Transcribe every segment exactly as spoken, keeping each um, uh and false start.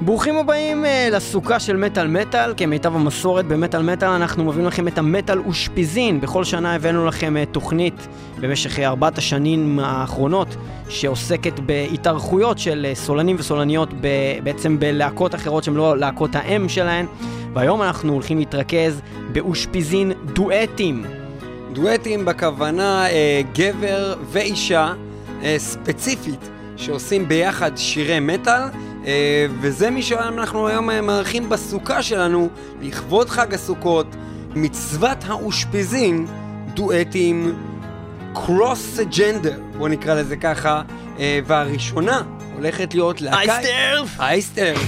ברוכים הבאים uh, לסוכה של מטל מטל. כמיטב המסורת במטל מטל אנחנו מביאים לכם את המטל אושפיזין. בכל שנה הבאנו לכם uh, תוכנית במשך uh, ארבעת השנים האחרונות שעוסקת בהתארכויות של uh, סולנים וסולניות ב- בעצם בלהקות אחרות שהן לא להקות האם שלהן, והיום אנחנו הולכים להתרכז באושפיזין דואטים. דואטים בכוונה אה, גבר ואישה אה, ספציפית שעושים ביחד שירי מטל, אה, וזה מי שאנחנו היום מארחים בסוכה שלנו לכבוד חג הסוכות, מצוות האושפיזין, דואטים קרוס ג'נדר, בוא נקרא לזה ככה, אה, והראשונה הולכת להיות להקה אייסטרף אייסטרף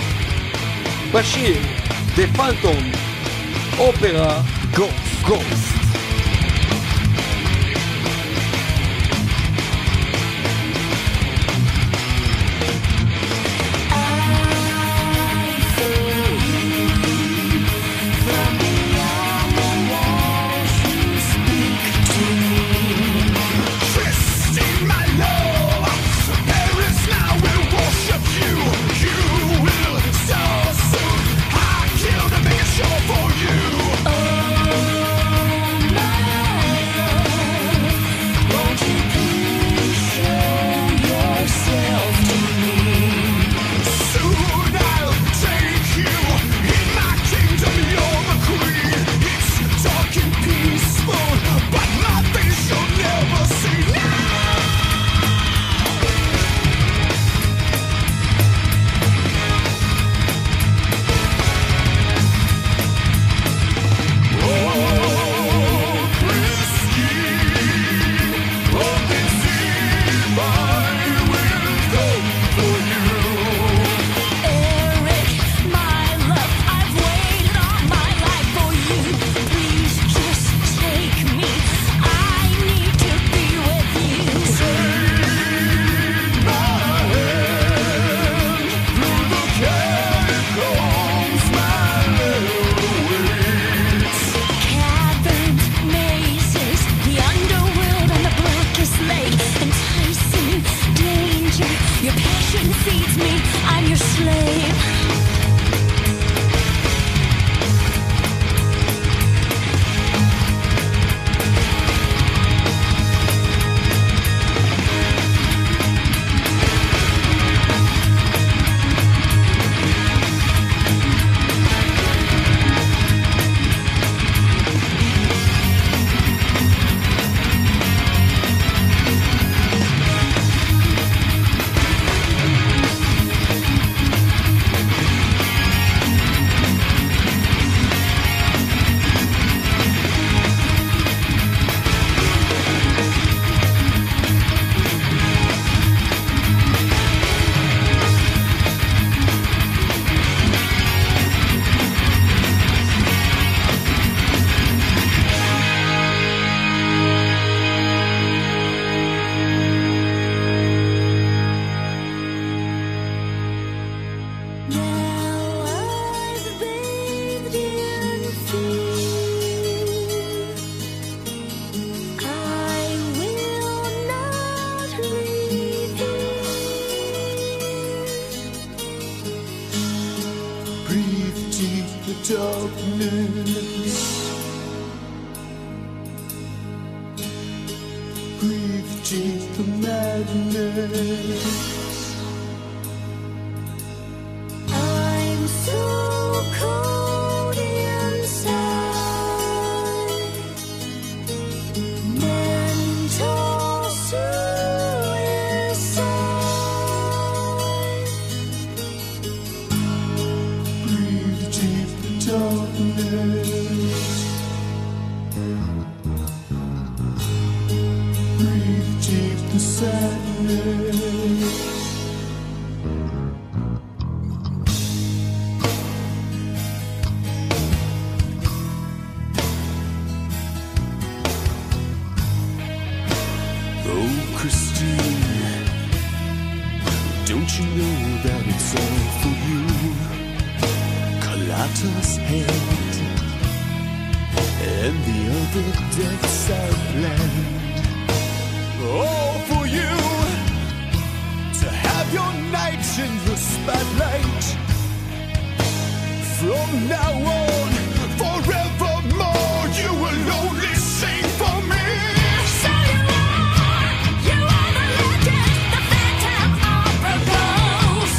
בשיר דה פנטום אופרה גוסט גוסט. In the spotlight from now on, forevermore, you will only sing for me. So you are, you are the legend, the phantom opera ghost.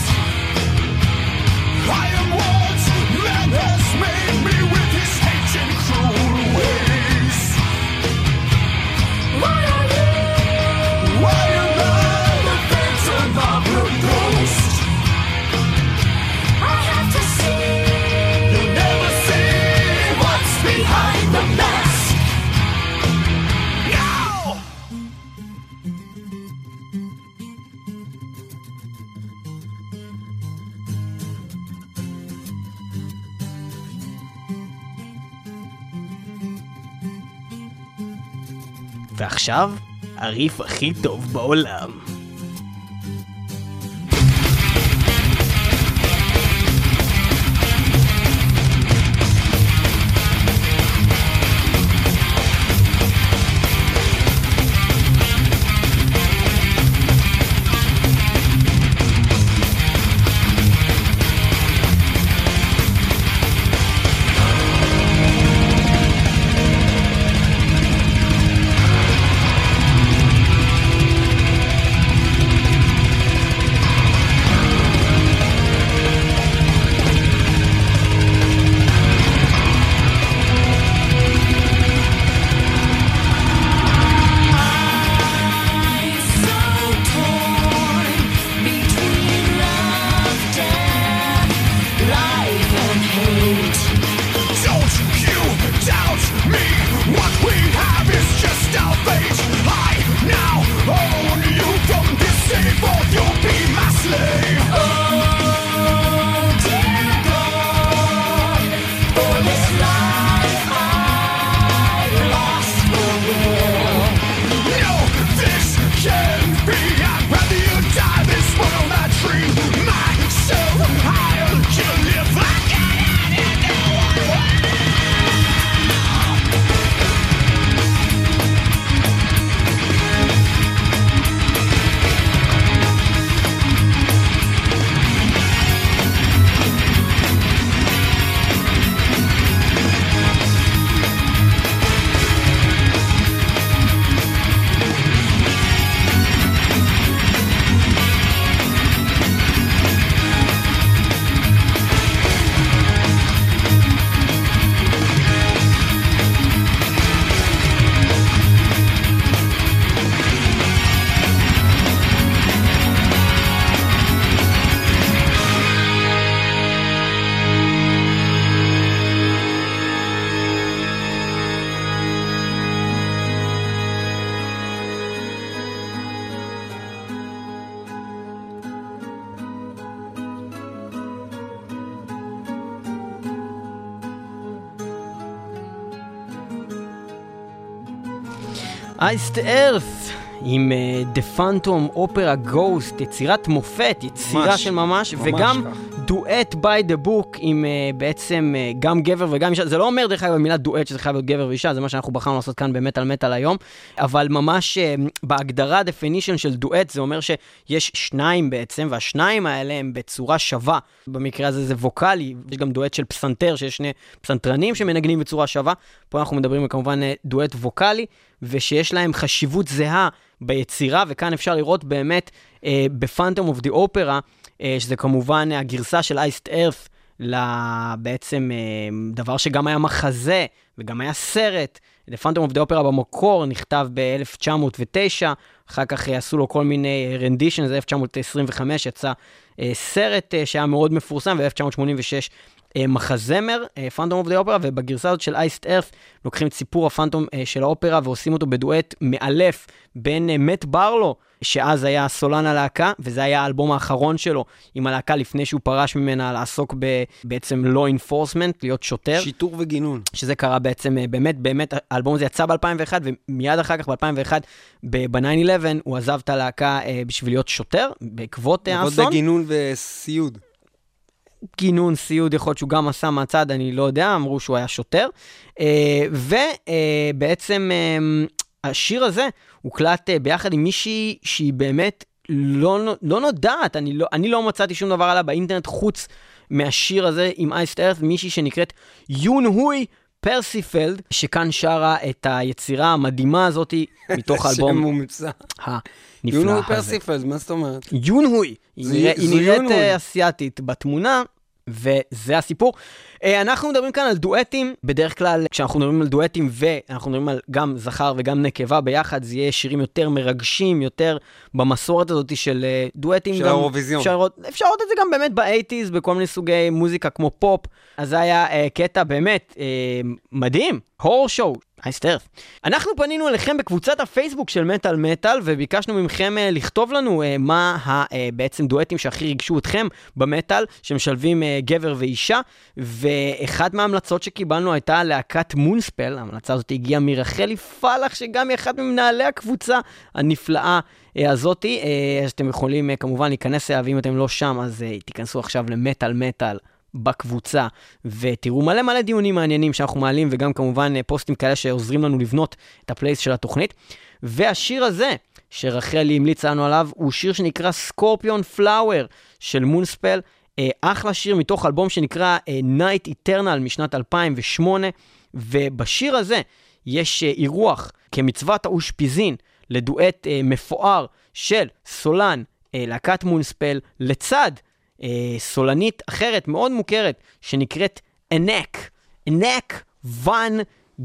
I am what man has made me with his hate and cruel ways. Why are you? Why am I the phantom opera ghost? I have to see. You'll never see what's behind the mask. No! ועכשיו, הריף הכי טוב בעולם. Iced Earth עם uh, The Phantom Opera Ghost, יצירת מופת, יצירה ממש, של ממש, ממש וגם כך. דואט by the book עם uh, בעצם uh, גם גבר וגם אישה. זה לא אומר דרך אגב במילה דואט שזה חייב להיות גבר ואישה, זה מה שאנחנו בחרנו לעשות כאן במטל מטל היום, אבל ממש uh, בהגדרה definition של דואט זה אומר שיש שניים בעצם, והשניים האלה הם בצורה שווה. במקרה הזה זה ווקלי, יש גם דואט של פסנתר שיש שני פסנתרנים שמנגנים בצורה שווה. פה אנחנו מדברים כמובן דואט ווקלי, ושיש להם חשיבות זהה ביצירה, וכאן אפשר לראות באמת אה, בפנטום אוף די אופרה, אה, שזה כמובן הגרסה של אייסט ארת' לבעצם אה, דבר שגם היה מחזה, וגם היה סרט. The Phantom of the Opera במקור נכתב ב-אלף תשע מאות ותשע, אחר כך עשו לו כל מיני רנדישן, זה אלף תשע מאות עשרים וחמש, יצא אה, סרט אה, שהיה מאוד מפורסם, ב-אלף תשע מאות שמונים ושש מחזמר, Phantom of the Opera, ובגרסה הזאת של Iced Earth לוקחים את סיפור הפנטום של האופרה ועושים אותו בדואט מאלף בין מט ברלו, שאז היה סולן הלהקה, וזה היה האלבום האחרון שלו עם הלהקה לפני שהוא פרש ממנה לעסוק בעצם law enforcement, להיות שוטר. שיטור וגינון. שזה קרה בעצם, באמת, באמת, האלבום הזה יצא ב-אלפיים ואחת, ומיד אחר כך ב-אלפיים ואחת, ב-נין אלוון, הוא עזב את הלהקה בשביל להיות שוטר, בעקבות האסון. בעקבות בגינון וסיוד. גינון, סיוד, יכול להיות שהוא גם עשה מהצד, אני לא יודע, אמרו שהוא היה שוטר, ובעצם השיר הזה הוקלט ביחד עם מישהי שהיא באמת לא, לא נודעת, אני לא, אני לא מצאתי שום דבר עליה באינטרנט חוץ מהשיר הזה עם Iced Earth, מישהי שנקראת יון הוי פרסיפלד, שכאן שרה את היצירה המדהימה הזאת מתוך האלבום שם מומצא. הנפלא יונו הזה. פרסיפלד, מה זאת אומרת? יון הוי, היא זה- נראה- היא זו נראית יון הוי. אה, אסיאתית בתמונה, וזה הסיפור. אה, אנחנו מדברים כאן על דואטים, בדרך כלל כשאנחנו מדברים על דואטים ואנחנו מדברים על גם זכר וגם נקבה ביחד, זה יהיה שירים יותר מרגשים, יותר במסורת הזאת של אה, דואטים. של גם האירוויזיון. אפשר לראות- אפשר לראות את זה גם באמת ב-שמונים, בכל מיני סוגי מוזיקה כמו פופ, אז זה היה אה, קטע באמת אה, מדהים, הורר שואו. Iced Earth. אנחנו פנינו אליכם בקבוצת הפייסבוק של מטל מטל, וביקשנו מכם אה, לכתוב לנו אה, מה ה, אה, בעצם דואטים שהכי ריגשו אתכם במטל, שמשלבים אה, גבר ואישה, ואחת מההמלצות שקיבלנו הייתה להקת מונספל. ההמלצה הזאת הגיעה מרחלי פלח, שגם היא אחת ממנהלי הקבוצה הנפלאה אה, הזאתי, אה, אז אתם יכולים אה, כמובן להיכנס אליה, ואם אתם לא שם, אז אה, תיכנסו עכשיו למטל מטל. בקבוצה, ותראו מלא מלא דיונים מעניינים שאנחנו מעלים, וגם כמובן פוסטים כאלה שעוזרים לנו לבנות את הפלייס של התוכנית. והשיר הזה, שרחלי המליצה לנו עליו, הוא שיר שנקרא סקורפיון פלאואר של מונספל, אחלה שיר מתוך אלבום שנקרא Night Eternal משנת אלפיים ושמונה, ובשיר הזה יש אירוח כמצוות האושפיזין לדואט מפואר של סולן להקת מונספל לצד אה, סולנית אחרת מאוד מוכרת שנקראת אנק, אנק ואן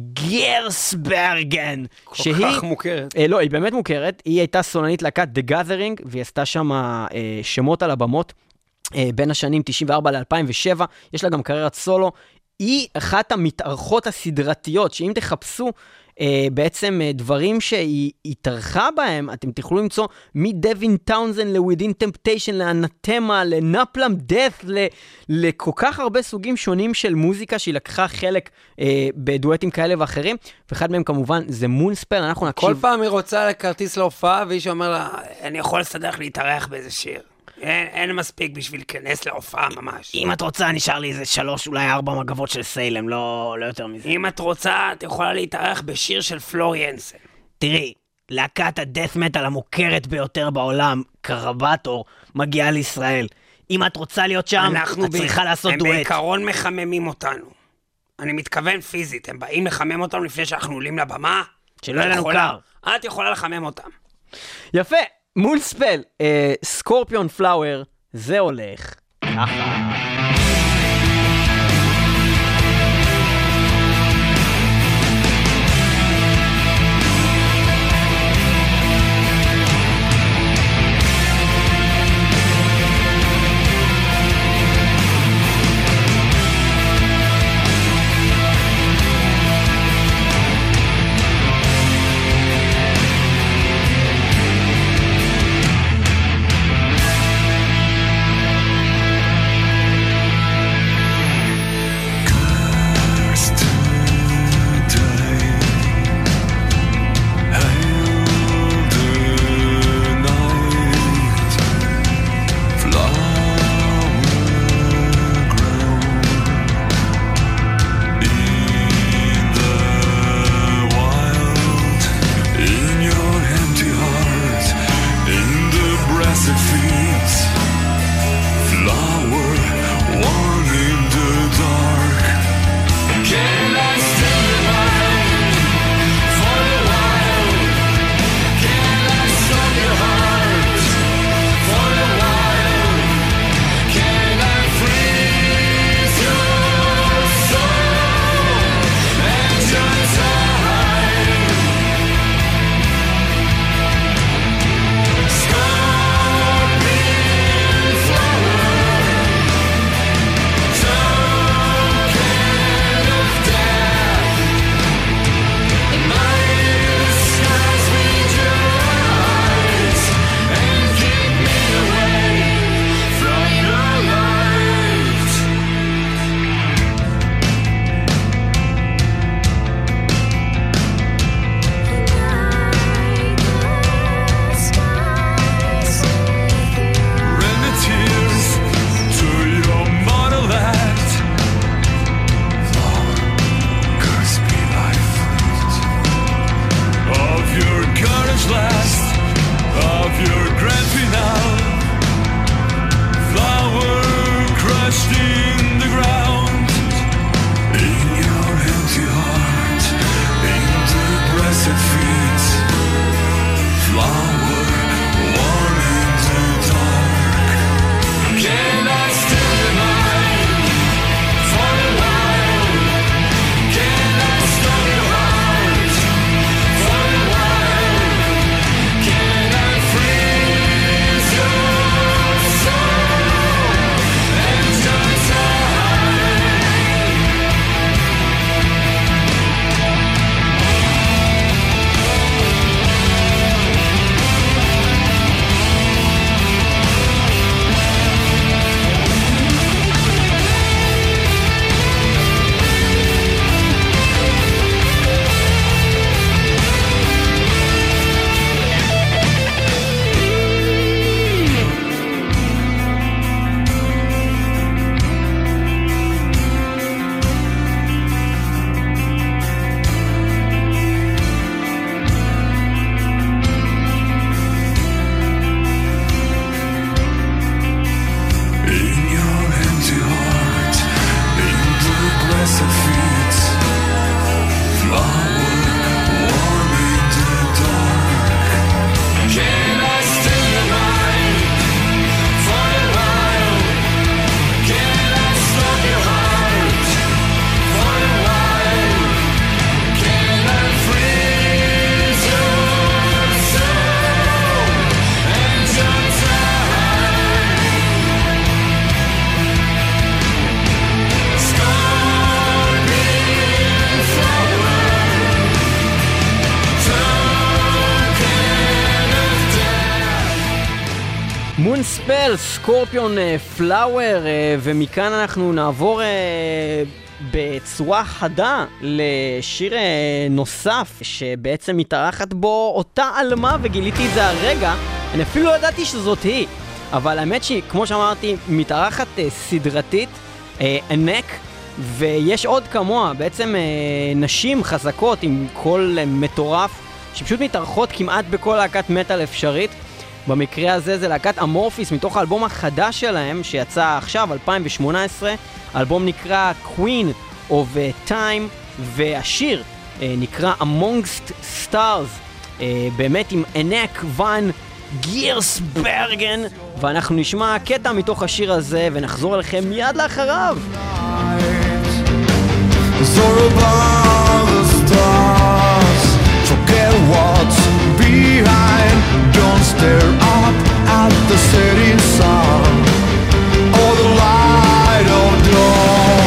גרסברגן, כל כך מוכרת. אה, לא, היא באמת מוכרת, היא הייתה סולנית להקת The Gathering, והיא עשתה שם אה, שמות על הבמות אה, בין השנים תשעים וארבע ל-אלפיים ושבע, יש לה גם קריירת סולו, היא אחת המתארחות הסדרתיות, שאם תחפשו אה, בעצם אה, דברים שהיא התארחה בהם, אתם תוכלו למצוא מדווין טאונזן לווידין טמפטיישן, לאנתמה, לנפלם דאט, לכל כך הרבה סוגים שונים של מוזיקה שהיא לקחה חלק אה, בדואטים כאלה ואחרים, ואחד מהם כמובן זה מונספל, אנחנו נקשיב. כל פעם היא רוצה לכרטיס להופעה, ואיש אומר לה, אני יכול לסדר לך להתארח באיזה שיר. אין, אין מספיק בשביל להיכנס להופעה ממש. אם את רוצה, נשאר לי איזה שלוש, אולי ארבע מגבות של סיילם, לא, לא יותר מזה. אם את רוצה, את יכולה להתארח בשיר של פלוריאנסן. תראי, להקת הדף מטל המוכרת ביותר בעולם, קרבטור, מגיעה לישראל. אם את רוצה להיות שם, את צריכה לעשות הם דואט. בעיקרון מחממים אותנו. אני מתכוון פיזית, הם באים לחמם אותנו לפני שאנחנו עולים לבמה. שלא יהיה לנו יכולה- קר. את יכולה לחמם אותם. יפה, מונספל, אה, סקורפיון פלאואר, זה הולך ככה. Thank מונספל, סקורפיון פלאואר, ומכאן אנחנו נעבור אה, בצורה חדה לשיר אה, נוסף שבעצם מתארחת בו אותה אלמה, וגיליתי את זה הרגע, אני אפילו לא ידעתי שזאת היא, אבל האמת שהיא, כמו שאמרתי, מתארחת אה, סדרתית, אה, ענק, ויש עוד כמוה, בעצם אה, נשים חזקות עם קול אה, מטורף, שפשוט מתארחות כמעט בכל להקת מטל אפשרית. במקרה הזה זה להקת אמורפיס מתוך האלבום החדש שלהם שיצא עכשיו, אלפיים שמונה עשרה. האלבום נקרא Queen of Time, והשיר אה, נקרא Amongst Stars, אה, באמת עם ענק ואן גירסברגן, ואנחנו נשמע קטע מתוך השיר הזה ונחזור אליכם מיד לאחריו. Soar above the stars, forget what's behind. Don't stare up at the setting sun or the light of dawn.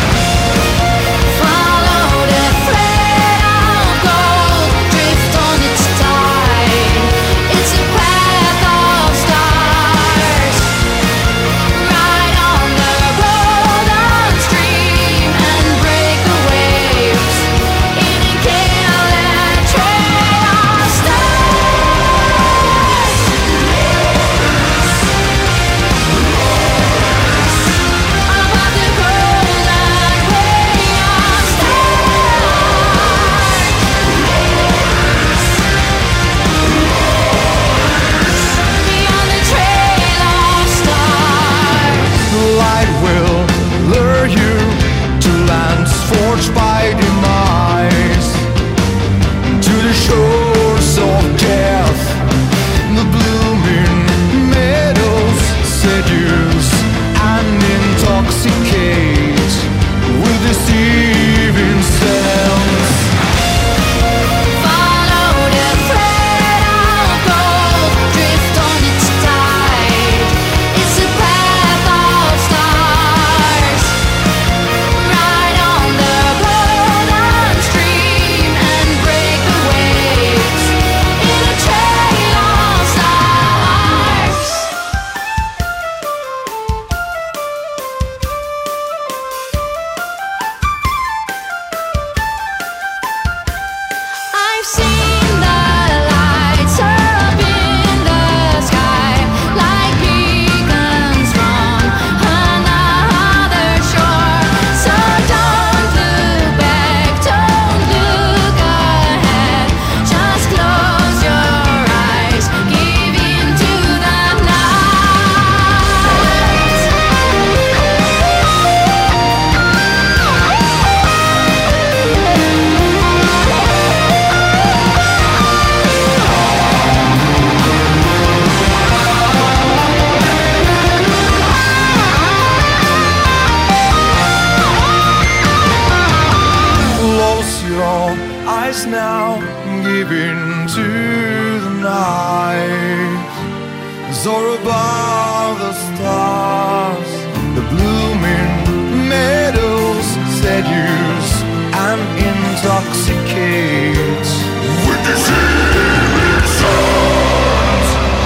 Follow the thread of gold, drift on its tide. It's a path of stars, ride on the golden stream and break the waves in a killer trail of stars. Above the golden way of stars, beyond the trail of stars. The light will lure you to lands forged by demise, to the shores of death. The blooming meadows seduce and intoxicate with deceiving scents. Follow the thread of gold, drift on its tide. It's a path of stars, ride on the golden stream and break the waves in a trail of stars. I've seen the lights up in the sky, like beacons from another shore. So don't look back, don't look ahead, just close your eyes, give in to the Close your eyes now, give in to the night. Soar above the stars, the blooming meadows seduce and intoxicate with deceiving sounds.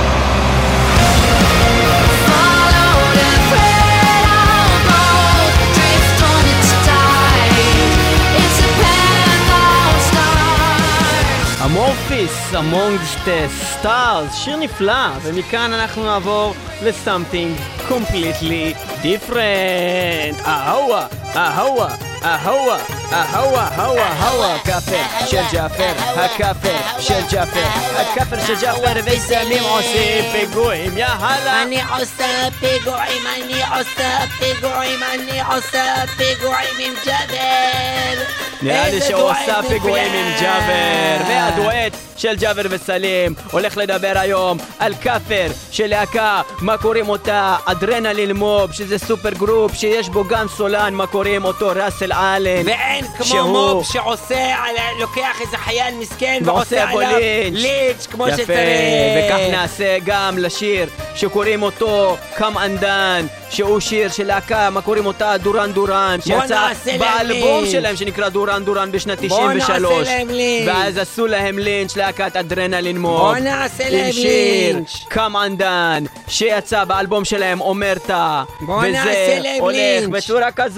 Follow the thread of gold, drift on its tide. It's a path of stars. אמורפיס, Amongst the Stars, שיר נפלא, ומכאן אנחנו נעבור ל-something completely different. אהווה, אהווה, אהווה, אהווה, אהווה, אהווה, כפר של ג'אפר, הכפר של ג'אפר, הכפר של ג'אפר, וסמים עושים פיגועים, יא הלאה. אני עושה פיגועים, אני עושה פיגועים, אני עושה פיגועים עם ג'אבר. נראה לי איזה שהוא דואט עושה פיגועים עם נפלא. ג'אבר, והדואט של ג'אבר וסלים הולך לדבר היום על כפר של להקה, מה קוראים אותה? אדרנלין מוב, שזה סופר גרופ שיש בו גם סולן, מה קוראים אותו? ראסל אלן, ואין כמו שהוא- מוב שעושה, על- לוקח איזה חייל מסכן ועושה ועושה בו עליו לינץ'. לינץ' כמו יפה, שצריך. וכך נעשה גם לשיר שקוראים אותו קם אנדן, שהוא שיר של להקה, מה קוראים אותה? דורן דורן, בוא שיצא נעשה להם באלבום לינץ'. שלהם שנקרא דורן דורן בשנת בוא תשעים ושלוש. נעשה להם לינץ'. ואז עשו להם לינץ', להקת אדרנלין מוב. בוא נעשה להם עם שיר לינץ'. קם אנדן, שיצא באלבום שלהם אומרתה. בוא וזה נעשה להם הולך לינץ'. בצורה כזו.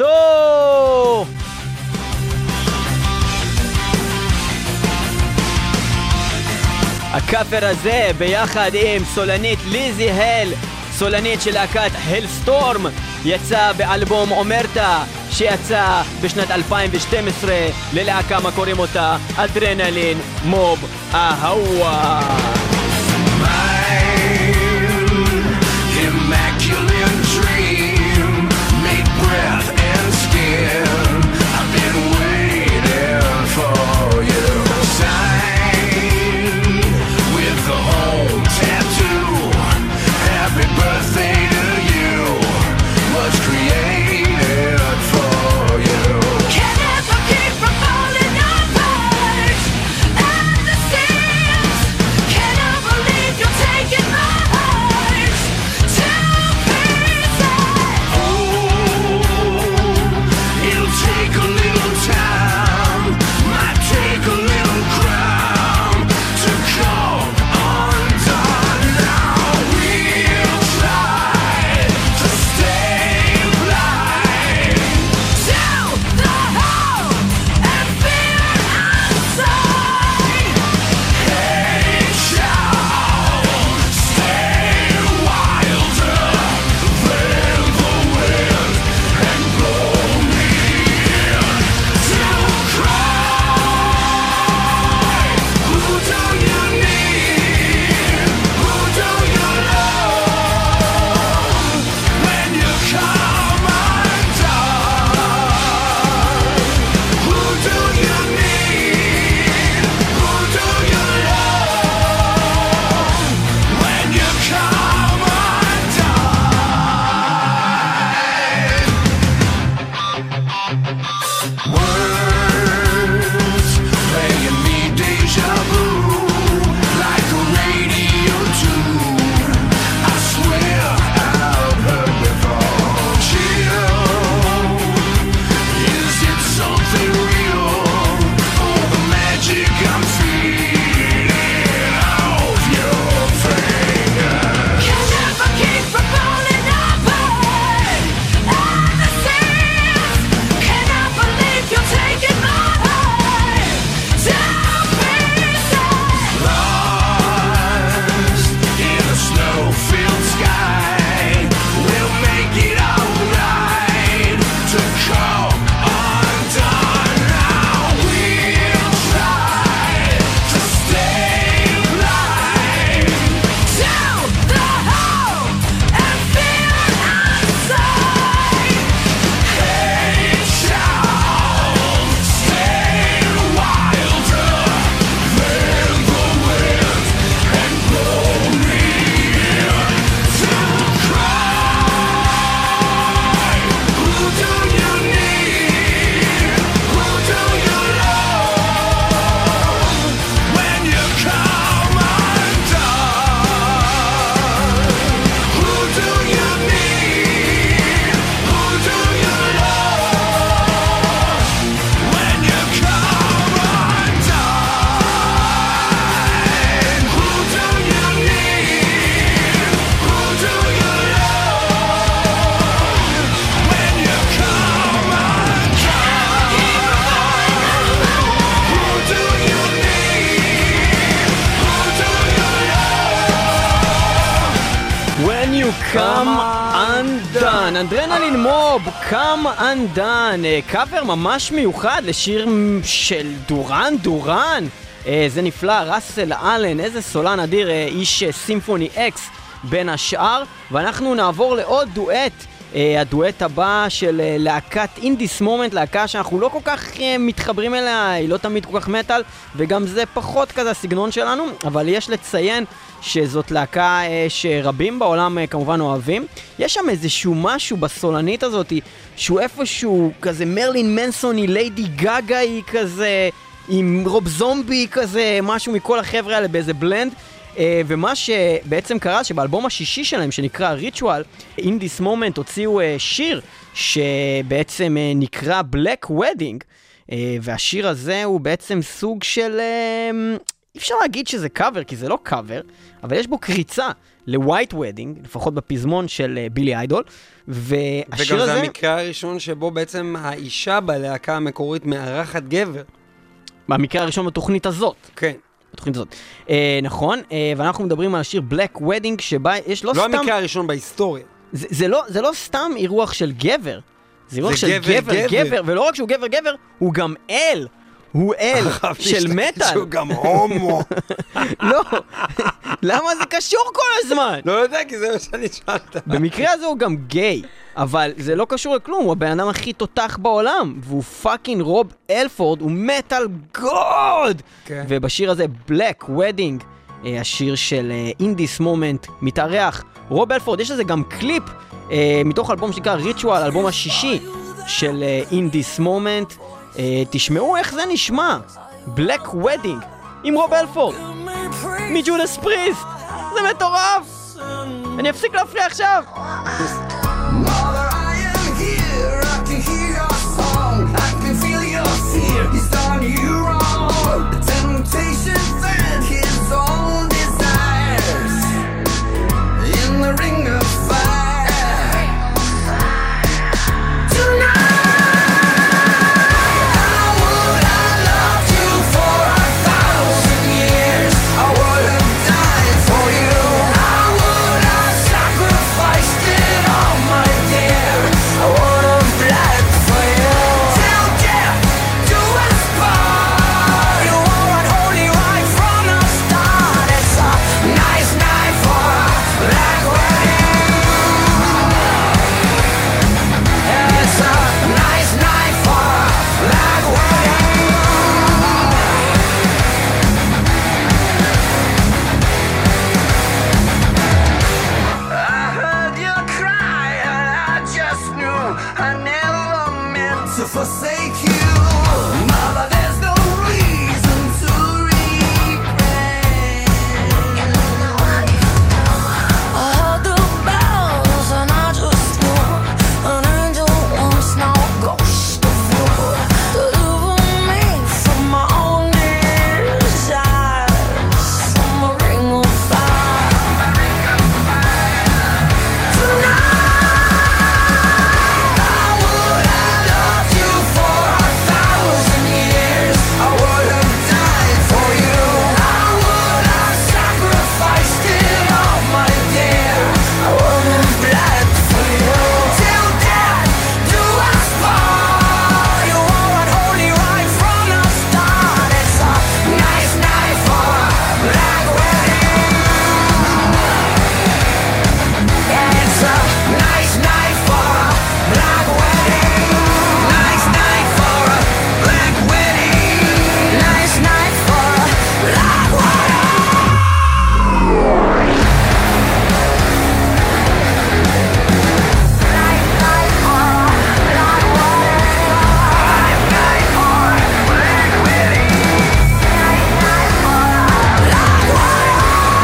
הכאפר הזה ביחד עם סולנית ליזי הל, סולנית של להקת הלסטורם, יצא באלבום אומרתה שיצא בשנת אלפיים ושתים עשרה ללהקה מה קוראים אותה אדרנלין מוב אהווה. Immaculate dream, made breath and skin. I've been waiting for you. Sign with the home tattoo. Happy birthday to you. Was created for you. Can't ever keep from falling apart. And the seams can't ever leave you taking my heart to pieces. Oh, it'll take a little time, might take a little crown to come undone. Now we'll try to stay blind. To the hole and fear inside. Hey, child, stay wilder than the wind and blow me in to cry. Who do you need? Who do you love when you come undone? Who do you need? Who do you love when you come undone? Words playing me deja vu like a radio tune. I swear I've heard before. Chill. Is it something real? Or the magic I'm feeling off your finger? Can't ever keep from falling apart. And the seams can't ever leave you taking my heart to pieces. Lost in a snow-filled sky, we'll make it alright to come undone. Now we'll try to stay blind. To the hole and fear inside. Hey, child, stay wilder than the wind and blow me in to cry. Who do you need? Who do you love when you come undone? Who do you need? Who do you love when you come undone? Who do you need? Who do you love when you come undone? Who do you need? Who do you love? When you come undone, אדרנלין מוב, come undone, קאבר ממש מיוחד לשיר של דורן דורן. אה, זה נפלא, ראסל אלן, איזה סולן אדיר, אה, איש אה, סימפוני אקס בין השאר. ואנחנו נעבור לעוד דואט, אה, הדואט הבא של אה, להקת אינדיס מומנט, להקה שאנחנו לא כל כך אה, מתחברים אליה, היא לא תמיד כל כך מטל, וגם זה פחות כזה הסגנון שלנו, אבל יש לציין שזאת להקה אה, שרבים בעולם אה, כמובן אוהבים. יש שם איזשהו משהו בסולנית הזאת, שהוא איפשהו כזה מרלין מנסוני, ליידי גגה היא כזה, עם רוב זומבי כזה, משהו מכל החבר'ה האלה באיזה בלנד. אה, ומה שבעצם קרה, שבאלבום השישי שלהם, שנקרא ריטואל, In This Moment הוציאו אה, שיר שבעצם אה, נקרא Black Wedding, אה, והשיר הזה הוא בעצם סוג של... אה, אי אפשר להגיד שזה קאבר, כי זה לא קאבר, אבל יש בו קריצה ל-White Wedding, לפחות בפזמון של uh, בילי איידול, והשיר וגם הזה... זה המקרה הראשון שבו בעצם האישה בלהקה המקורית מארחת גבר. במקרה הראשון בתוכנית הזאת. כן. בתוכנית הזאת. אה, נכון, אה, ואנחנו מדברים על השיר Black Wedding, שבה יש לא, לא סתם... המקרה הראשון בהיסטוריה. זה, זה, לא, זה לא סתם אירוח של גבר, זה אירוח זה של גבר, גבר, גבר, גבר. ולא רק שהוא גבר, גבר, הוא גם אל. הוא אל של מטל. שהוא גם הומו. לא, למה זה קשור כל הזמן? לא יודע, כי זה מה שאני שאלת. במקרה הזה הוא גם גיי, אבל זה לא קשור לכלום, הוא הבן אדם הכי תותח בעולם, והוא פאקינג רוב אלפורד, הוא מטל גוד! כן. ובשיר הזה, Black Wedding, אה, השיר של אה, In This Moment, מתארח רוב אלפורד, יש לזה גם קליפ אה, מתוך אלבום שנקרא ריטואל, אלבום השישי של אה, In This Moment, אה, תשמעו איך זה נשמע, Black Wedding, עם רוב אלפורד, מג'ודס פריסט, זה מטורף! אני אפסיק להפריע עכשיו! Mother, I am here. I can hear your song. I can feel your fear. He's done you wrong. The temptation fed his own desires in the ring of fire. Tonight, how would I love you for a thousand years? I would have died for you. How would I sacrifice it all, my dear? I would have bled for you. Till death do us part. You are unholy right from the start. It's a nice night for a black wedding. It's a nice night for a black wedding. I heard you cry and I just knew I never meant to forsake you. Mother, there's no reason to regret. I heard the bells and I just knew an angel wants no ghost of you. Deliver me from my own desires, from a ring of fire. Tonight, how would I love you for a thousand years? I would have died for you. How would I sacrificed it all, my dear? I would have bled for you. Till death do us part. You are unholy right from the start. It's a nice night for a black wedding. Yeah, it's a nice night for a black wedding. Nice night for a black wedding. Nice night for a black wedding. Nice night for a black wedding. Nice night for a black wedding. Nice night for a black wedding.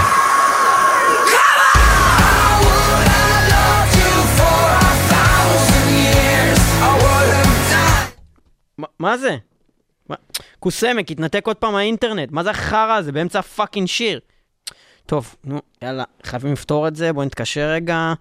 How would I love you for a thousand years? I would have died. מה- מה זה? מה- קוסמק, התנתק עוד פעם האינטרנט, מה זה החרא הזה באמצע הפאקינג שיר? טוב, נו, יאללה, חייבים לפתור את זה, בואו נתקשר רגע.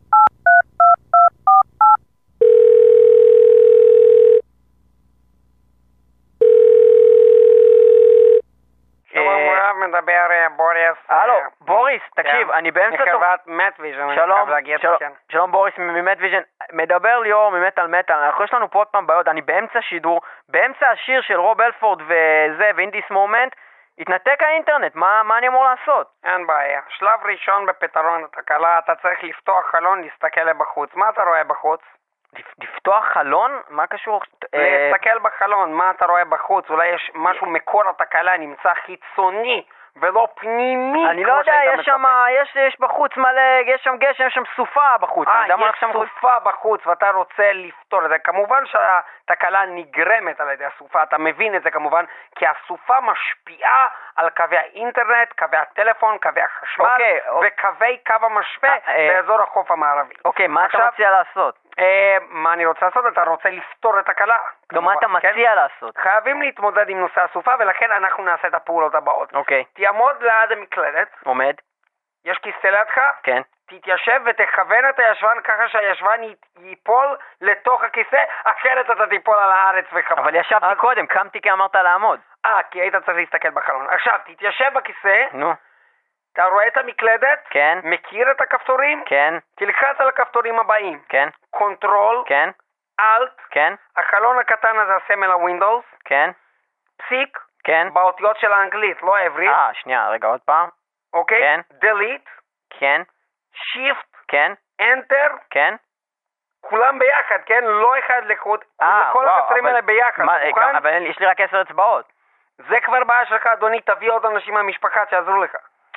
שלום רב, מדבר אה, בוריס. הלו, אה, בוריס, תקשיב, כן. אני באמצע... מחברת מטוויז'ן, אני שלום, חייב להגיד, שלום, כן. שלום בוריס ממט ויז'ן, מדבר ליאור ממטל מטל, אנחנו יש לנו פה עוד פעם בעיות, אני באמצע שידור, באמצע השיר של רוב אלפורד וזה, ואינדיס מומנט, התנתק האינטרנט, מה, מה אני אמור לעשות? אין בעיה. שלב ראשון בפתרון התקלה, אתה צריך לפתוח חלון, להסתכל לבחוץ. מה אתה רואה בחוץ? לפ- לפתוח חלון? מה קשור? אה, להסתכל בחלון, מה אתה רואה בחוץ? אולי יש משהו, מקור התקלה נמצא חיצוני ולא פנימי. אני לא כמו יודע, שהיית יש שם, מצפה. יש, יש בחוץ מלא, יש שם גשם, יש שם סופה בחוץ. אני אה, יודע מה יש הולך שם בחוץ? סופה בחוץ ואתה רוצה לפתור את זה. כמובן שהתקלה נגרמת על ידי הסופה, אתה מבין את זה כמובן, כי הסופה משפיעה על קווי האינטרנט, קווי הטלפון, קווי החשמל, אוקיי, אוקיי. וקווי קו המשווה אה, אה. באזור החוף המערבי. אוקיי, מה אתה עכשיו, מציע לעשות? אה, מה אני רוצה לעשות? אתה רוצה לפתור את התקלה. לא, מה אתה כמובן, כן? מציע לעשות? חייבים להתמודד עם נושא הסופה, ולכן אנחנו נעשה את הפעולות הבאות. אוקיי, תעמוד ליד המקלדת, עומד, יש כיסא לידך, כן. תתיישב ותכוון את הישבן ככה שהישבן י- ייפול לתוך הכיסא, אחרת אתה תיפול על הארץ וחבל. אבל ישבתי אז- קודם, קמתי כי אמרת לעמוד. אה, כי היית צריך להסתכל בחלון. עכשיו, תתיישב בכיסא, נו, אתה רואה את המקלדת, כן, מכיר את הכפתורים, כן, תלחץ על הכפתורים הבאים. כן, קונטרול, כן, אלט, כן, החלון הקטן הזה הסמל הווינדוס, כן, פסיק, כן. באותיות של האנגלית, לא העברית, אה, שנייה, רגע, עוד פעם. אוקיי? כן. דליט, כן, שיפט, כן, אנטר, כן. כולם ביחד, כן? לא אחד לחוד, אה, כל וואו, הכפתורים אבל- האלה ביחד, מה, אתה מוכן? אבל אין לי- יש לי רק עשר אצבעות. זה כבר בעיה שלך, אדוני, תביא עוד אנשים מהמשפחה שיעזרו לך.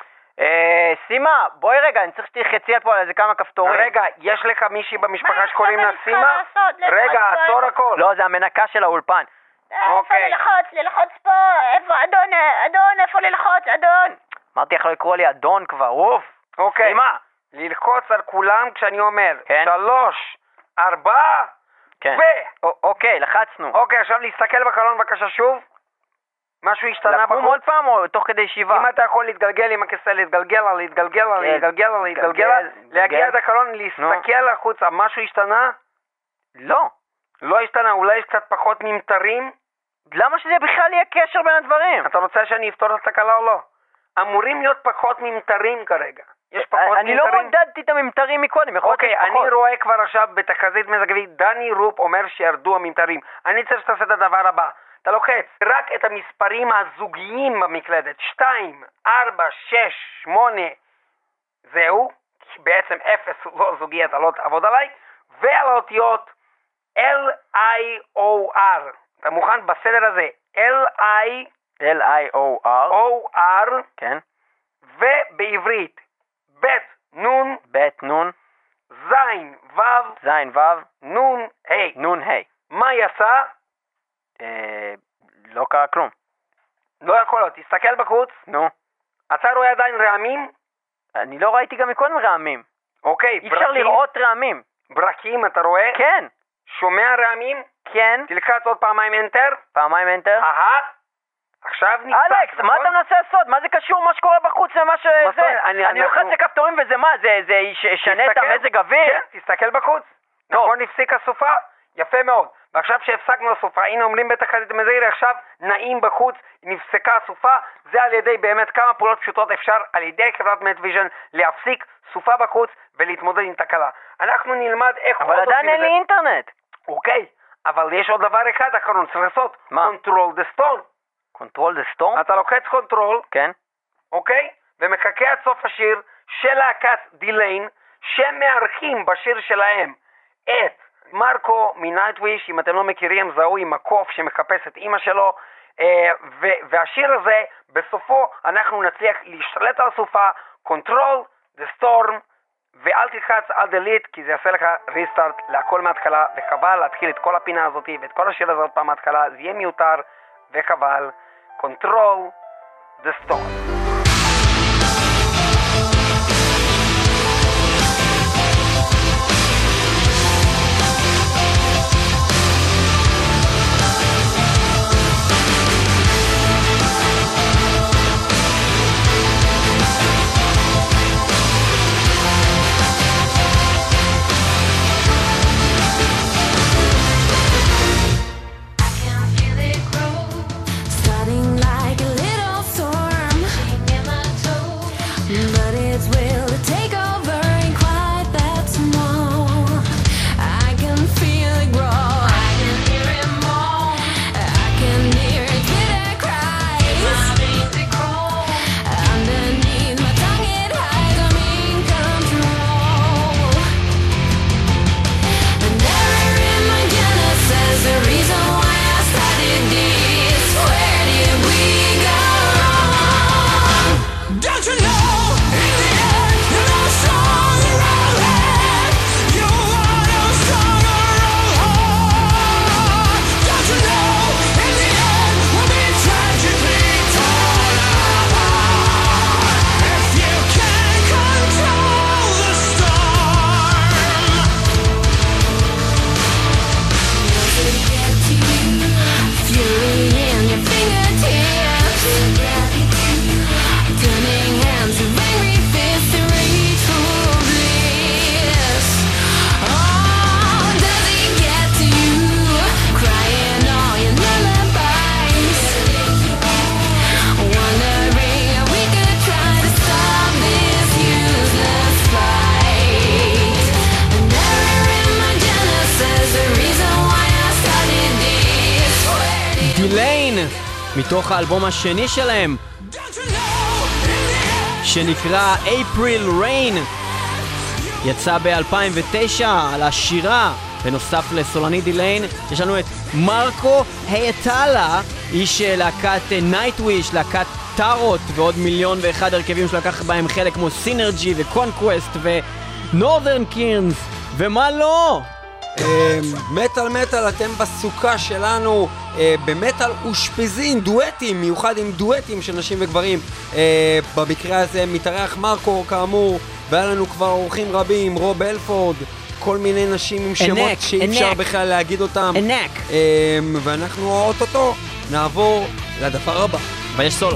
אה, סימה, בואי רגע, אני צריך שתלחצי פה על איזה כמה כפתורים. רגע, יש לך מישהי במשפחה מה שקוראים לה עכשיו אני סימה? צריכה לעשות? ללחוץ רגע, פה? עצור הכל. לא, זה המנקה של האולפן. איפה אוקיי. ללחוץ? ללחוץ פה? איפה? אדון, אדון, איפה ללחוץ? אדון. אמרתי איך לא לקרוא לי אדון כבר, אוף. אוקיי. סימה. ללחוץ על כולם כשאני אומר. כן. שלוש, ארבע, כן. ו... א- אוקיי, לחצנו. אוקיי, עכשיו להסתכל בחלון בבקשה שוב. משהו השתנה לקום בחוץ? עוד פעם או תוך כדי ישיבה? אם אתה יכול להתגלגל עם הכיסא, להתגלגל, להתגלגל, כן. להתגלגל, להתגלגל, להתגלגל, להגיע עד להתגלגל. החלון, להסתכל החוצה. משהו השתנה? לא. לא השתנה, אולי יש קצת פחות ממטרים? למה שזה בכלל יהיה קשר בין הדברים? אתה רוצה שאני אפתור את התקלה או לא? אמורים להיות פחות ממטרים כרגע. יש פחות אני לא ממטרים? מודדתי את הממטרים מקודם, יכול להיות אוקיי, שיש פחות. אני רואה כבר עכשיו בתחזית מזג אוויר, דני רופ אומר שירדו הממטרים. אני צריך שתעשה את הדבר הבא. אתה לוחץ רק את המספרים הזוגיים במקלדת. שתיים, ארבע, שש, שמונה, זהו. כי בעצם אפס הוא לא זוגי, אתה לא תעבוד עליי. ועל האותיות L I O R. אתה מוכן בסדר הזה? L I L I O R. O R כן. ובעברית ב' נון בית נון. זין ו' זין וו. נון ה'. נון ה'. מה יצא? אה, לא קרה כלום. לא יכול להיות. תסתכל בחוץ. נו. אתה רואה עדיין רעמים? אני לא ראיתי גם מקודם רעמים. אוקיי. אי אפשר ברקים? לראות רעמים. ברקים אתה רואה? כן. שומע רעמים? כן. תלחץ עוד פעמיים אנטר. פעמיים אנטר. אהה. עכשיו נפתח. אלכס, מה נכון? אתה מנסה לעשות? מה זה קשור מה שקורה בחוץ למה ש... מה זה? זאת אומרת? אני- אני אנחנו- לוחץ לכפתורים וזה מה? זה זה יש- ישנה את תסתכל. המזג אוויר? כן, תסתכל בחוץ. טוב. נכון, הפסיק הסופה? יפה מאוד. ועכשיו שהפסקנו הסופה, הנה אומרים בתחזית מזג עכשיו נעים בחוץ, נפסקה הסופה, זה על ידי באמת כמה פעולות פשוטות אפשר על ידי חברת מטוויז'ן להפסיק סופה בחוץ ולהתמודד עם תקלה. אנחנו נלמד איך עוד אבל עושים עדיין את אין זה. לי אינטרנט. אוקיי, אבל יש עוד דבר אחד אחרון, צריך לעשות. מה? control the storm. קונטרול דה סטורם? אתה לוחץ קונטרול, כן. אוקיי? ומחכה עד סוף השיר של להקת דיליין, שמארחים בשיר שלהם את מרקו מנייטוויש, אם אתם לא מכירים, זהו עם הקוף שמחפש את אמא שלו, אה, ו- והשיר הזה, בסופו אנחנו נצליח להשתלט על הסופה, control the storm, ואל תלחץ על delete, כי זה יעשה לך ריסטארט להכל מההתחלה, וחבל להתחיל את כל הפינה הזאת ואת כל השיר הזה עוד פעם מההתחלה, זה יהיה מיותר וחבל. control the storm. Starting like a little storm. מתוך האלבום השני שלהם, שנקרא April Rain, יצא ב-אלפיים ותשע. על השירה, בנוסף לסולני דיליין, יש לנו את מרקו הייטלה, איש להקת נייטוויש, להקת טארוט ועוד מיליון ואחד הרכבים שלקח בהם חלק, כמו סינרג'י וקונקווסט ונורדרן קירנס ומה לא. מטל מטל, אתם בסוכה שלנו במטל אושפיזין, דואטים, מיוחד עם דואטים של נשים וגברים. במקרה הזה מתארח מרקו כאמור, והיה לנו כבר אורחים רבים, רוב אלפורד, כל מיני נשים עם שמות ענק, שאי אפשר ענק. בכלל להגיד אותם. ענק. ואנחנו אוטוטו נעבור לדבר הבא. ויש סולו.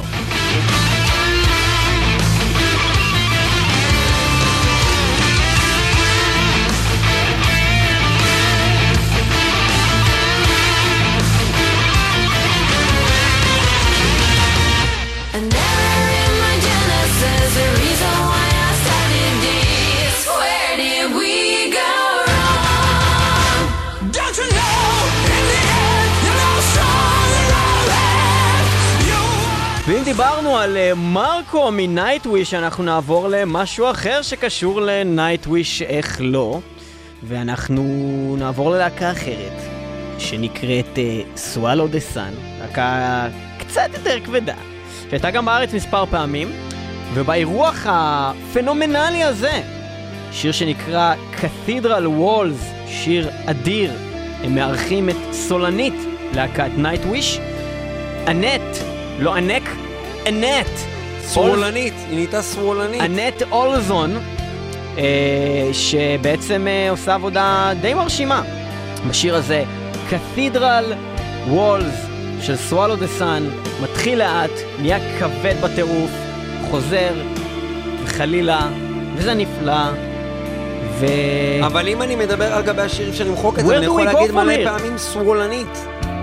And there in my genesis, the reason why I started this. Where did we go wrong? Don't you know, in the end, you're no stronger than you are. ואם דיברנו על uh, מרקו מנייטוויש, אנחנו נעבור למשהו אחר שקשור לנייטוויש, איך לא, ואנחנו נעבור ללהקה אחרת שנקראת סוואלו דה סאן, להקה קצת יותר כבדה, שהייתה גם בארץ מספר פעמים, ובאירוח הפנומנלי הזה, שיר שנקרא Cathedral Walls, שיר אדיר. הם מארחים את סולנית להקת נייטוויש, אנט, לא ענק, אנט סוולנית, היא נהייתה סוולנית. אנט אולזון, אה, שבעצם אה, עושה עבודה די מרשימה בשיר הזה. Cathedral Walls של סוואלו דה סאן מתחיל לאט, נהיה כבד בטירוף, חוזר וחלילה, וזה נפלא. ו... אבל אם אני מדבר על גבי השירים שאני מחוק את Where זה, אני do יכול we go להגיד from מלא here? פעמים סוולנית.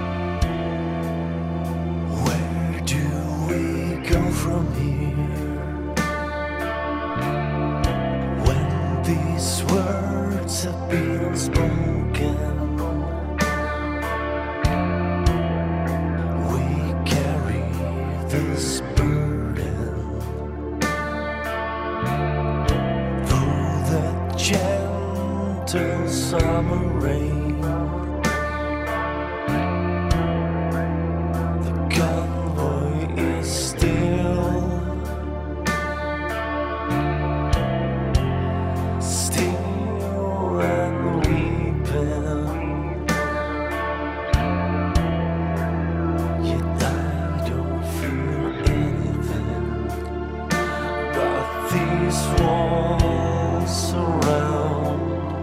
Where do we go from here? When these words have been spoken, we carry this burden through the gentle summer rain. The convoy is still, still and weeping. Yet I don't feel anything but these walls around.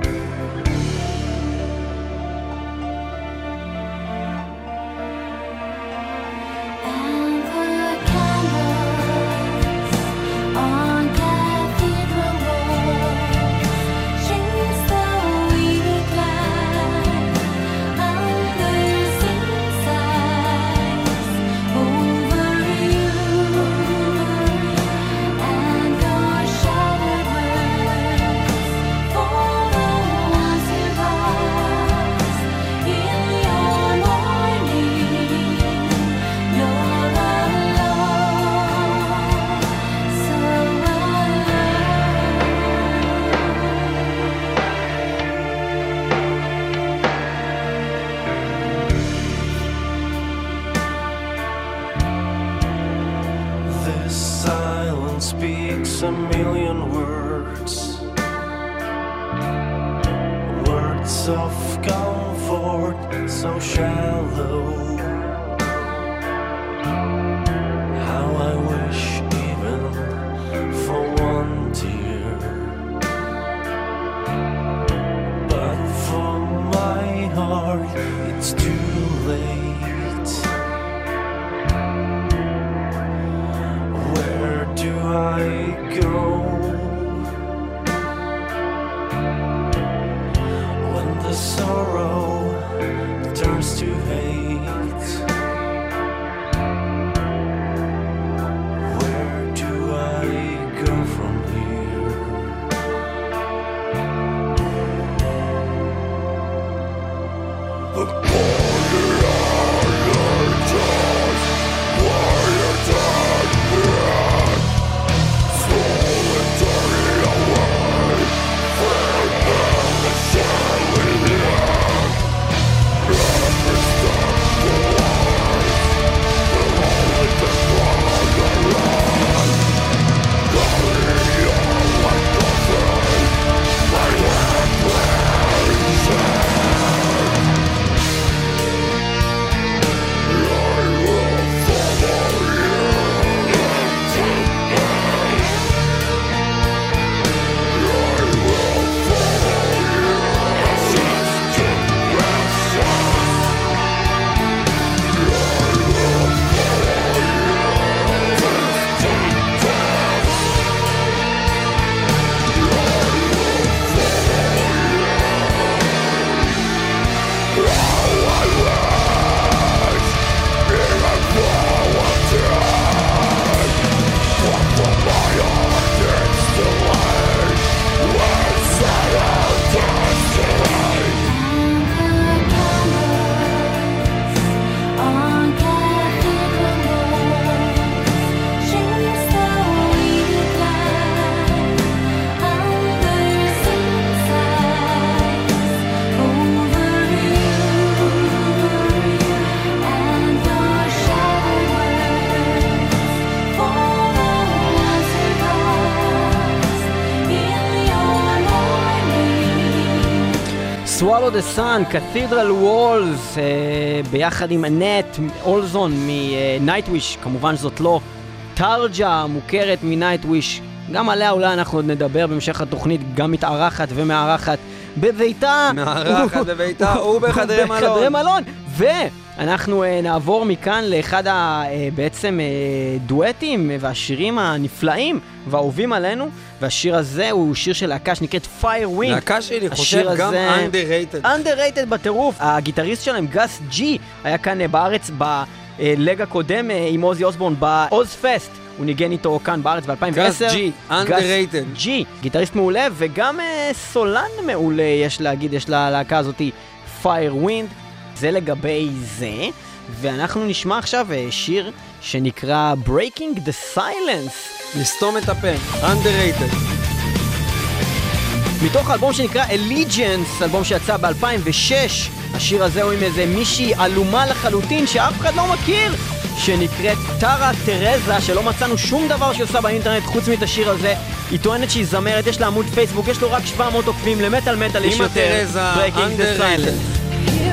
And the candles on cathedral walls chase the weak light under insights over you and your shattered words for the ones who rise in your morning. You're alone, so This silence speaks a million words, words of comfort so shallow. How I wish even for one tear, but for my heart it's too late. Where do I go when the sorrow turns to hate? Where do I go from here? The border Swallow the Sun, Cathedral Walls, אה, ביחד עם אנט אולזון מנייטוויש, כמובן זאת לא טרג'ה מוכרת מנייטוויש, גם עליה אולי אנחנו עוד נדבר במשך התוכנית, גם מתארחת ומארחת בביתה. מארחת בביתה ובחדרי מלון. בחדרי מלון. ואנחנו uh, נעבור מכאן לאחד ה, uh, בעצם uh, דואטים והשירים הנפלאים והאהובים עלינו, והשיר הזה הוא שיר של להקה שנקראת Firewind. להקה שלי חושב גם underrated. underrated בטירוף. הגיטריסט שלהם, גס ג'י, היה כאן uh, בארץ בלג הקודם uh, עם עוזי אוסבורן בעוז פסט. הוא ניגן איתו כאן בארץ ב-אלפיים ועשר. גס ג'י, underrated. גס ג'י, גיטריסט מעולה, וגם uh, סולן מעולה, יש להגיד, יש ללהקה הזאת Firewind. זה לגבי זה, ואנחנו נשמע עכשיו uh, שיר שנקרא Breaking the Silence. נסתום את הפה, underrated. מתוך האלבום שנקרא Allegiance, אלבום שיצא ב-אלפיים ושש. השיר הזה הוא עם איזה מישהי אלומה לחלוטין שאף אחד לא מכיר, שנקראת טרה טרזה, שלא מצאנו שום דבר שהיא עושה באינטרנט חוץ מאת השיר הזה. היא טוענת שהיא זמרת, יש לה עמוד פייסבוק, יש לו רק שבע מאות עוקבים, למטל מטל יש יותר. טרזה, Breaking the Silence.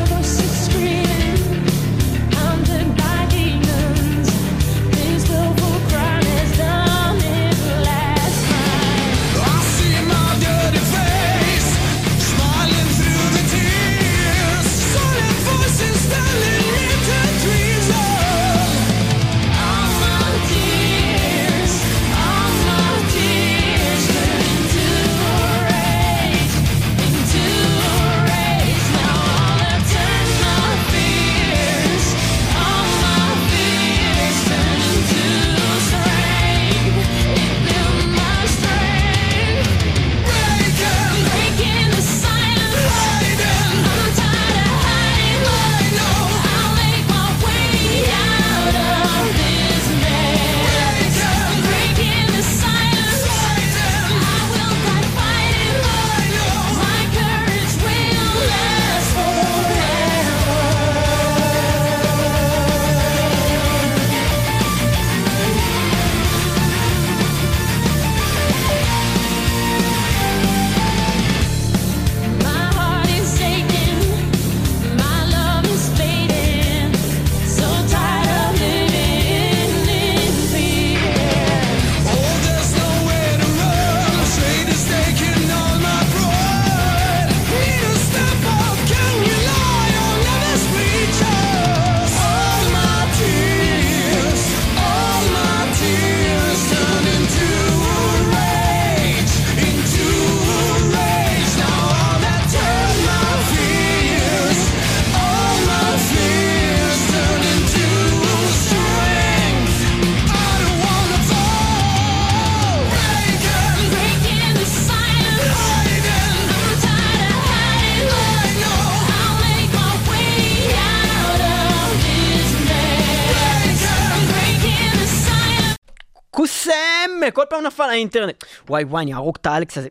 קוסם! כל פעם נפל האינטרנט. וואי וואי, אני ארוג את האלכס הזה.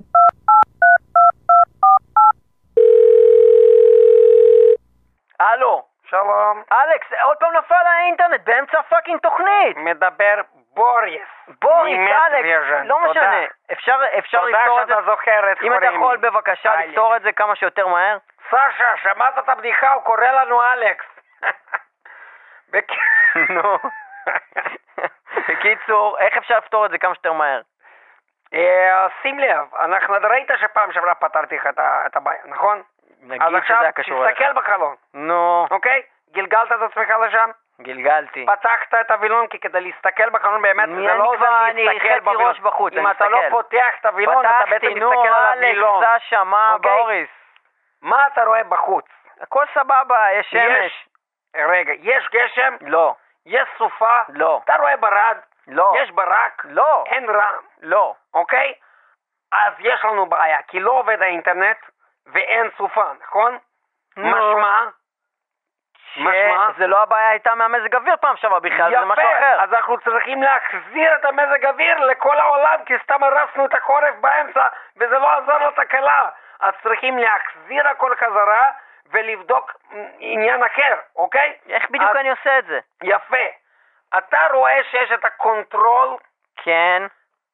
הלו, שלום, אלכס, עוד פעם נפל האינטרנט באמצע הפאקינג תוכנית. מדבר בוריס. בוריס, ממט אלכס, ויז'ן. לא תודה. משנה. אפשר, אפשר תודה לפתור את זה. שאתה זוכר את אם אתה קוראים יכול לי. בבקשה אלכס. לפתור את זה כמה שיותר מהר. סשה, שמעת את הבדיחה? הוא קורא לנו אלכס. בק... נו. בקיצור, איך אפשר לפתור את זה כמה שיותר מהר? אה, שים לב, אנחנו ראית שפעם שעברה פתרתי לך את ה- את הבעיה, נכון? אז נגיד שזה עכשיו היה קשור אליך. תסתכל בחלון, נו, אוקיי? גלגלת את עצמך לשם? גלגלתי. פתחת את הווילון, כי כדי להסתכל בחלון באמת אני- זה אני לא כבר- עוזר אני להסתכל החלטתי בווילון. ראש בחוץ, אם אני אתה לא מסתכל. פותח את הווילון, אתה בעצם פתחתי, נו, מסתכל על אלכס, הווילון. סשה, מה, אוקיי? בוריס? מה אתה רואה בחוץ? הכל סבבה, יש שמש. רגע, יש גשם? לא, יש סופה? לא, אתה רואה ברד? לא, יש ברק? לא, אין רעם, לא. אוקיי? אז יש לנו בעיה, כי לא עובד האינטרנט ואין סופה, נכון? נו. משמע? משמע? שזה לא הבעיה הייתה מהמזג אוויר פעם שעברה בכלל, זה משהו יפה, אחר. אז אנחנו צריכים להחזיר את המזג אוויר לכל העולם, כי סתם הרסנו את החורף באמצע וזה לא עזר לתקלה. אז צריכים להחזיר הכל חזרה ולבדוק עניין אחר, אוקיי? איך בדיוק אז- אני עושה את זה? יפה. אתה רואה שיש את הקונטרול, כן.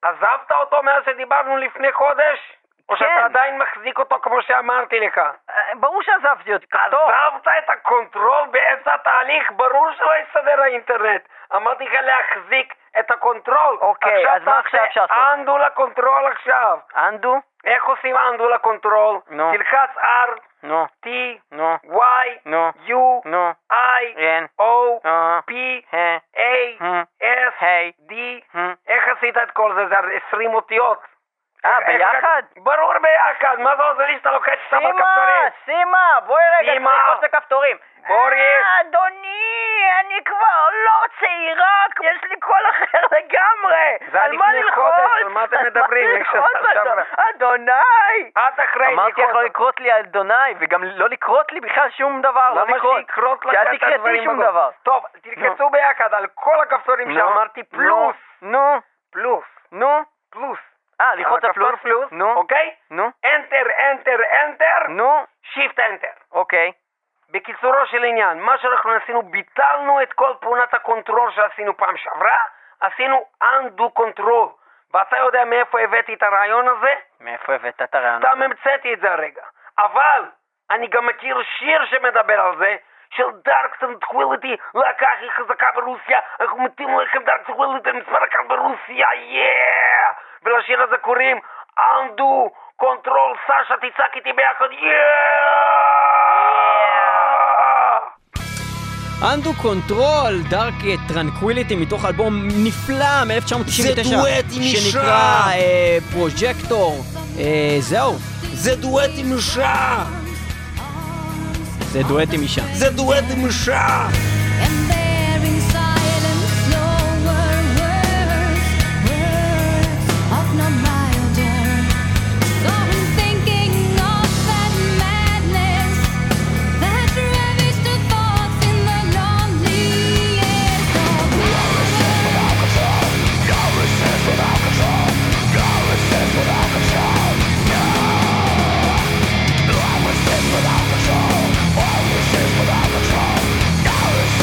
עזבת אותו מאז שדיברנו לפני חודש? או כן. שאתה עדיין מחזיק אותו כמו שאמרתי לך? אה, ברור שעזבתי אותי, כפתור. עזבת את הקונטרול באמצע התהליך, ברור שלא יסתדר האינטרנט. אמרתי לך להחזיק את הקונטרול. אוקיי, אז מה עכשיו אפשר לעשות? אנדו לקונטרול עכשיו. אנדו? איך עושים אנדו לקונטרול? נו. תלחץ R, נו. T, נו. Y, נו. U, נו. I, כן. O, אה. P, אה. A, אה. S, היי. D. אה. איך עשית את כל זה? זה עשרים אותיות. אה, איך- ביחד? איך- ברור ביחד. מה זה עוזר לי שאתה לוקח סתם על סימה, כפתורים? סימה, בואי רגע, סימה. צריך ללחוץ את הכפתורים. בוריס. אה, אדוני, אני כבר לא צעירה, יש לי קול אחר לגמרי. זה על מה לפני ללחוץ? חודש, על מה אתם מדברים? על מה איך ללחוץ, שעכשיו- אדון- אדוני? את אחרי אמרתי לך לא לקרות לי על אדוני, וגם לא לקרות לי בכלל שום דבר, לא למה לקרות. שיקרות לך כי אל את תקרתי הדברים שום בגוף? דבר. טוב, תלחצו ביחד על כל הכפתורים נו, שאמרתי פלוס. נו, פלוס. נו. פלוס. אה, ללחוץ על הכפתור פלוס? פלוס. נו. אוקיי? נו. Enter, Enter, Enter. נו. Shift Enter. אוקיי. בקיצורו של עניין, מה שאנחנו עשינו, ביטלנו את כל פעולת הקונטרול שעשינו פעם שעברה, עשינו undo control. ואתה יודע מאיפה הבאתי את הרעיון הזה? מאיפה הבאת את הרעיון סתם הזה? המצאתי את זה הרגע. אבל אני גם מכיר שיר שמדבר על זה, של Dark Tranquility, להקה הכי חזקה ברוסיה, אנחנו מתים לכם Dark Tranquility, מספר אחד ברוסיה, יאה! ולשיר הזה קוראים undo control, סשה תצעק איתי ביחד, יאה! אנדו קונטרול, דארק טרנקוויליטי, מתוך אלבום נפלא מ-אלף תשע מאות תשעים ותשע, זה דואט עם אישה. שנקרא אה, פרוג'קטור. אה, זהו, זה דואט עם אישה! זה דואט עם אישה. זה דואט עם אישה! And there in silence, slower words, words of no milder. So I'm thinking of that madness that ravished the thoughts in the lonely years of Without control,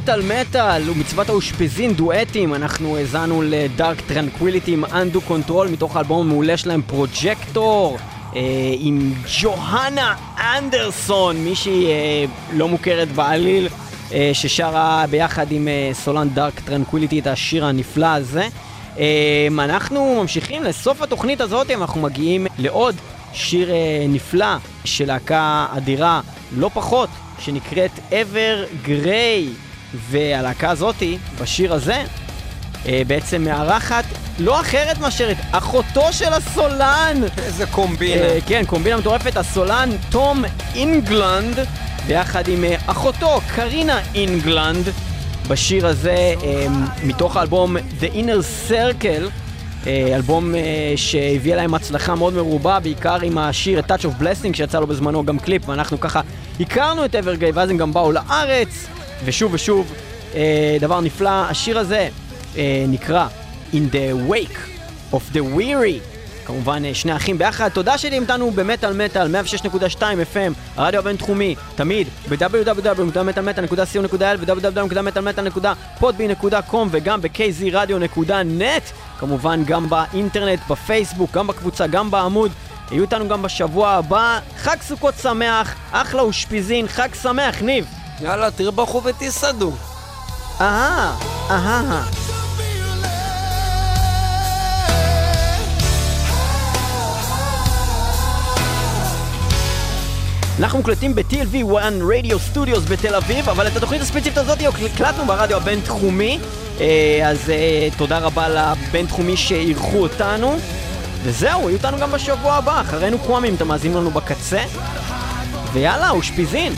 מטל מטל ומצוות האושפיזין דואטים. אנחנו הזענו לדארק טרנקוויליטי עם אנדו קונטרול מתוך האלבום המעולה שלהם פרוג'קטור, אה, עם ג'והנה אנדרסון, מישהי אה, לא מוכרת בעליל, אה, ששרה ביחד עם אה, סולן דארק טרנקוויליטי את השיר הנפלא הזה. אה, אנחנו ממשיכים לסוף התוכנית הזאת, אנחנו מגיעים לעוד שיר אה, נפלא של להקה אדירה לא פחות, שנקראת Ever Grey, והלהקה הזאתי בשיר הזה אה, בעצם מארחת לא אחרת מאשר את אחותו של הסולן. איזה קומבינה. אה, כן, קומבינה מטורפת. הסולן תום אינגלנד ביחד עם אה, אחותו קרינה אינגלנד בשיר הזה אה, מתוך האלבום The Inner Circle, אה, אלבום אה, שהביא להם הצלחה מאוד מרובה, בעיקר עם השיר Touch of Blessing שיצא לו בזמנו גם קליפ, ואנחנו ככה הכרנו את Ever Grey, ואז הם גם באו לארץ ושוב ושוב. אה, דבר נפלא. השיר הזה אה, נקרא In the Wake of the Weary, כמובן אה, שני אחים ביחד. תודה שתהייתם במטל מטל מאה ושש נקודה שתיים אף אם, הרדיו הבינתחומי, תמיד ב-דאבליו דאבליו דאבליו נקודה מטל מטל נקודה סי או נקודה איי אל ו-דאבליו דאבליו דאבליו נקודה מטל מטל נקודה פודבין נקודה קום, וגם ב-קיי זי רדיו נקודה נט, כמובן גם באינטרנט, בפייסבוק, גם בקבוצה, גם בעמוד. יהיו איתנו גם בשבוע הבא. חג סוכות שמח, אחלה ושפיזין, חג שמח. ניב, יאללה, תרבחו ותסעדו. אהה, אהה. אנחנו מקלטים ב-טי אל וי וואן Radio Studios בתל אביב, אבל את התוכנית הספציפית הזאת הקלטנו ברדיו הבינתחומי, אז תודה רבה לבינתחומי שאירחו אותנו, וזהו, יהיו אותנו גם בשבוע הבא. אחרינו קוואמים, אתם מאזינים לנו בקצה, ויאללה, אושפיזין.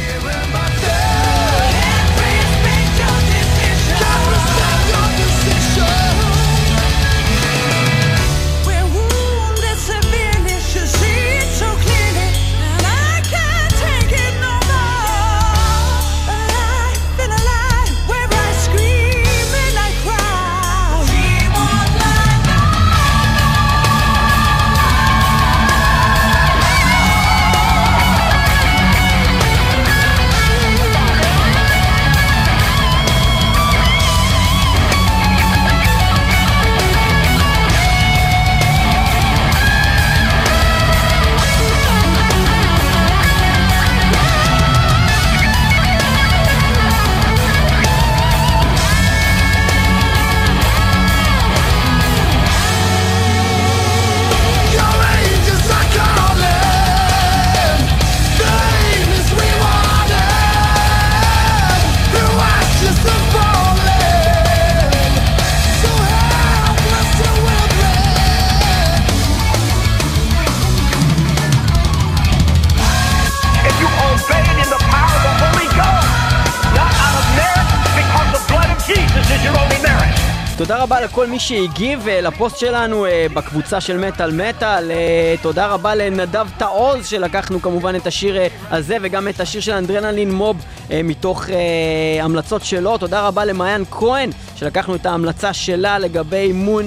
תודה רבה לכל מי שהגיב לפוסט שלנו בקבוצה של מטל מטל. תודה רבה לנדב תעוז שלקחנו כמובן את השיר הזה וגם את השיר של אנדרנלין מוב מתוך המלצות שלו. תודה רבה למעיין כהן שלקחנו את ההמלצה שלה לגבי מון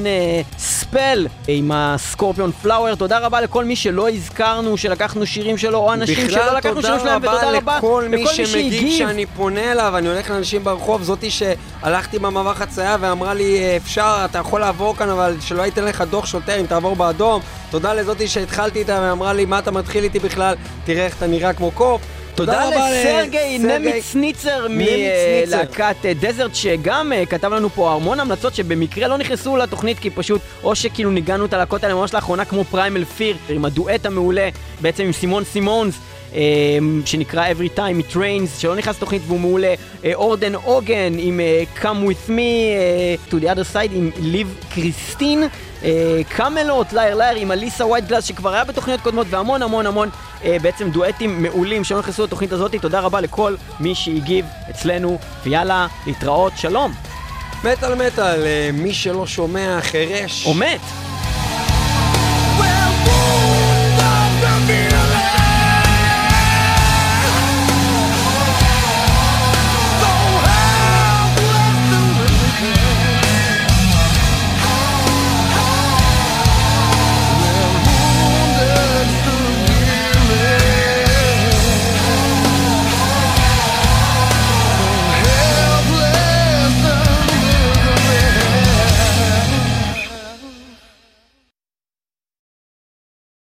ספל עם הסקורפיון פלאואר. תודה רבה לכל מי שלא הזכרנו שלקחנו שירים שלו או אנשים שלא לקחנו שירים שלהם, ותודה רבה לכל מי שמגיב שאני פונה אליו. אני הולך לאנשים ברחוב, זאתי שהלכתי במעבר חצייה ואמרה לי אפשר, אתה יכול לעבור כאן אבל שלא ייתן לך דוח שוטר אם תעבור באדום. תודה לזאתי שהתחלתי איתה ואמרה לי מה אתה מתחיל איתי בכלל, תראה איך אתה נראה כמו קוף. תודה לסרגי נמיצניצר מלהקת דזרט שגם כתב לנו פה המון המלצות שבמקרה לא נכנסו לתוכנית כי פשוט או שכאילו ניגענו את הלהקות האלה ממש לאחרונה כמו פריימל פיר עם הדואט המעולה בעצם עם סימון סימונס שנקרא Every Time It Rains שלא נכנס לתוכנית והוא מעולה. אורדן אוגן עם Come With Me to the Other Side עם ליב קריסטין, קאמלוט לייר לייר עם אליסה ווייט גלאס שכבר היה בתוכניות קודמות, והמון המון המון בעצם דואטים מעולים שלא נכנסו לתוכנית הזאת. תודה רבה לכל מי שהגיב אצלנו ויאללה להתראות, שלום. מטל מטל, מי שלא שומע חרש או מת.